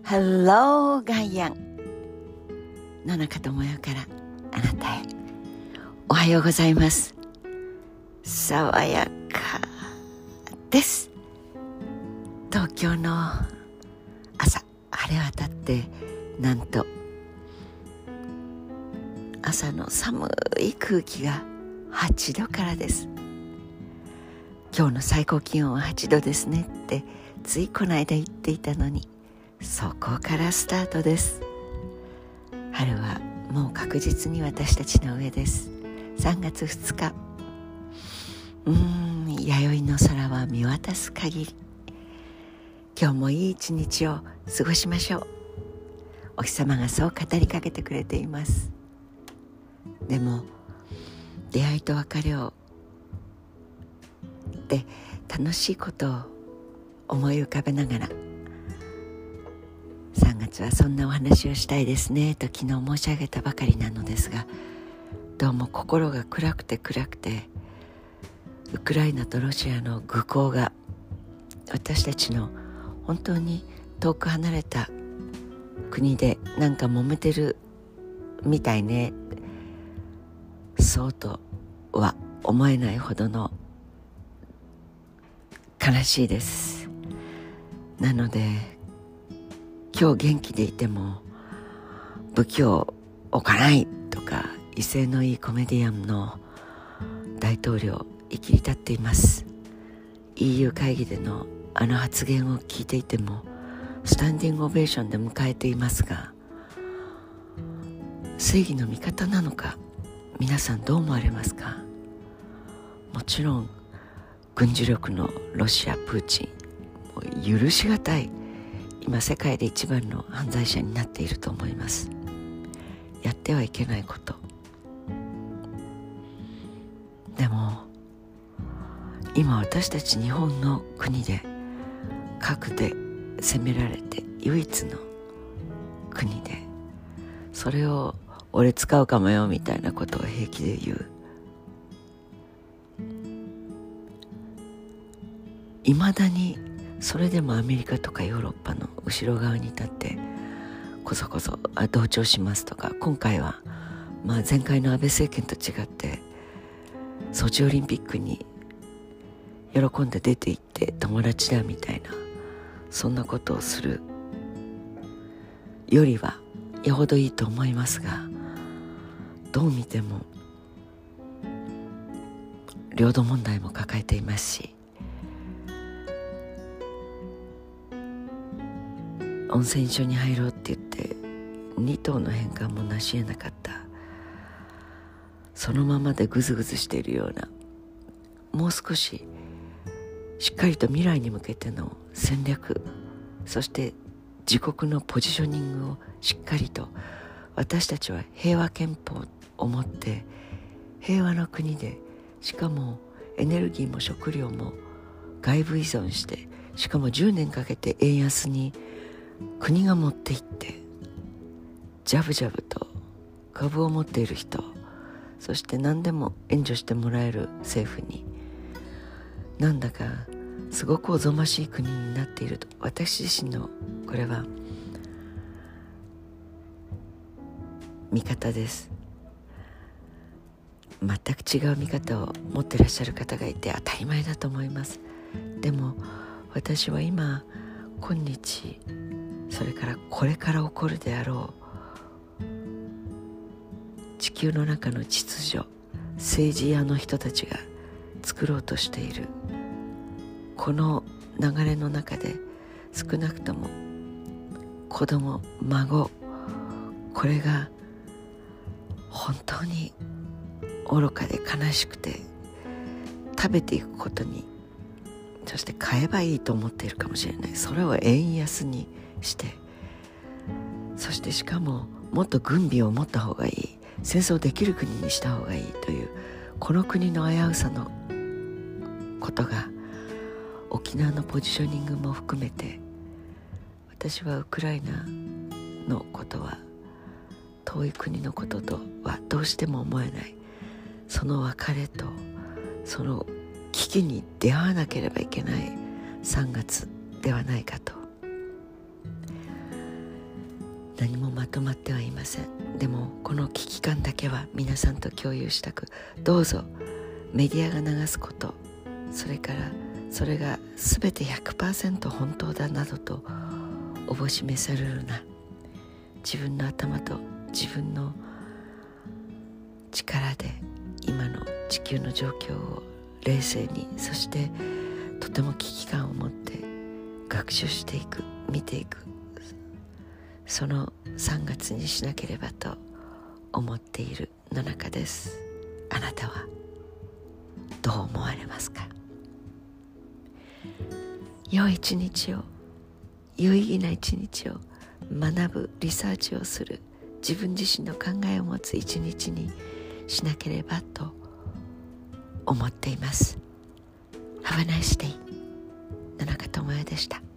Hello ガイアン、野中智代からあなたへ。おはようございます。爽やかです。東京の朝、晴れ渡って、なんと朝の寒い空気が8度からです。今日の最高気温は8度ですねってついこの間言っていたのに、そこからスタートです。春はもう確実に私たちの上です。3月2日、弥生の空は見渡す限り。今日もいい一日を過ごしましょう。お日様がそう語りかけてくれています。でも出会いと別れをで楽しいことを思い浮かべながら、3月はそんなお話をしたいですねと昨日申し上げたばかりなのですが、どうも心が暗くてウクライナとロシアの愚行が私たちの本当に遠く離れた国でなんか揉めてるみたいね、そうとは思えないほどの悲しいです。なので今日元気でいても武器を置かないとか威勢のいいコメディアンの大統領生きり立っています。 EU 会議でのあの発言を聞いていてもスタンディングオベーションで迎えていますが、正義の味方なのか皆さんどう思われますか？もちろん軍事力のロシアプーチン、許しがたい、今世界で一番の犯罪者になっていると思います。やってはいけないこと。でも今私たち日本の国で核で攻められて唯一の国で、それを俺使うかもよみたいなことを平気で言う。いまだにそれでもアメリカとかヨーロッパの後ろ側に立ってこそこそ同調しますとか、今回は前回の安倍政権と違ってソチオリンピックに喜んで出て行って友達だみたいな、そんなことをするよりはよほどいいと思いますが、どう見ても領土問題も抱えていますし、温泉所に入ろうって言って2頭の返還も成し得なかった、そのままでぐずぐずしているような、もう少ししっかりと未来に向けての戦略、そして自国のポジショニングをしっかりと、私たちは平和憲法を持って平和の国で、しかもエネルギーも食料も外部依存して、しかも10年かけて円安に国が持っていって、ジャブジャブと株を持っている人、そして何でも援助してもらえる政府に、なんだかすごくおぞましい国になっていると、私自身のこれは見方です。全く違う見方を持っていらっしゃる方がいて当たり前だと思います。でも私は今今日、それからこれから起こるであろう地球の中の秩序、政治家の人たちが作ろうとしているこの流れの中で、少なくとも子供、孫、これが本当に愚かで悲しくて、食べていくことに、そして買えばいいと思っているかもしれない。それを円安にして、そしてしかももっと軍備を持った方がいい、戦争できる国にした方がいいという、この国の危うさのことが沖縄のポジショニングも含めて、私はウクライナのことは遠い国のこととはどうしても思えない。その別れとその危機に出会わなければいけない3月ではないかと。 何もまとまってはいません。でもこの危機感だけは皆さんと共有したく、どうぞメディアが流すこと、それからそれが全て 100% 本当だなどとおぼしめされるな。自分の頭と自分の力で今の地球の状況を冷静に、そしてとても危機感を持って学習していく、見ていく、その3月にしなければと思っている野中です。あなたはどう思われますか？良い一日を、有意義な一日を、学ぶ、リサーチをする、自分自身の考えを持つ一日にしなければと思っています。Have a nice day。野中智也でした。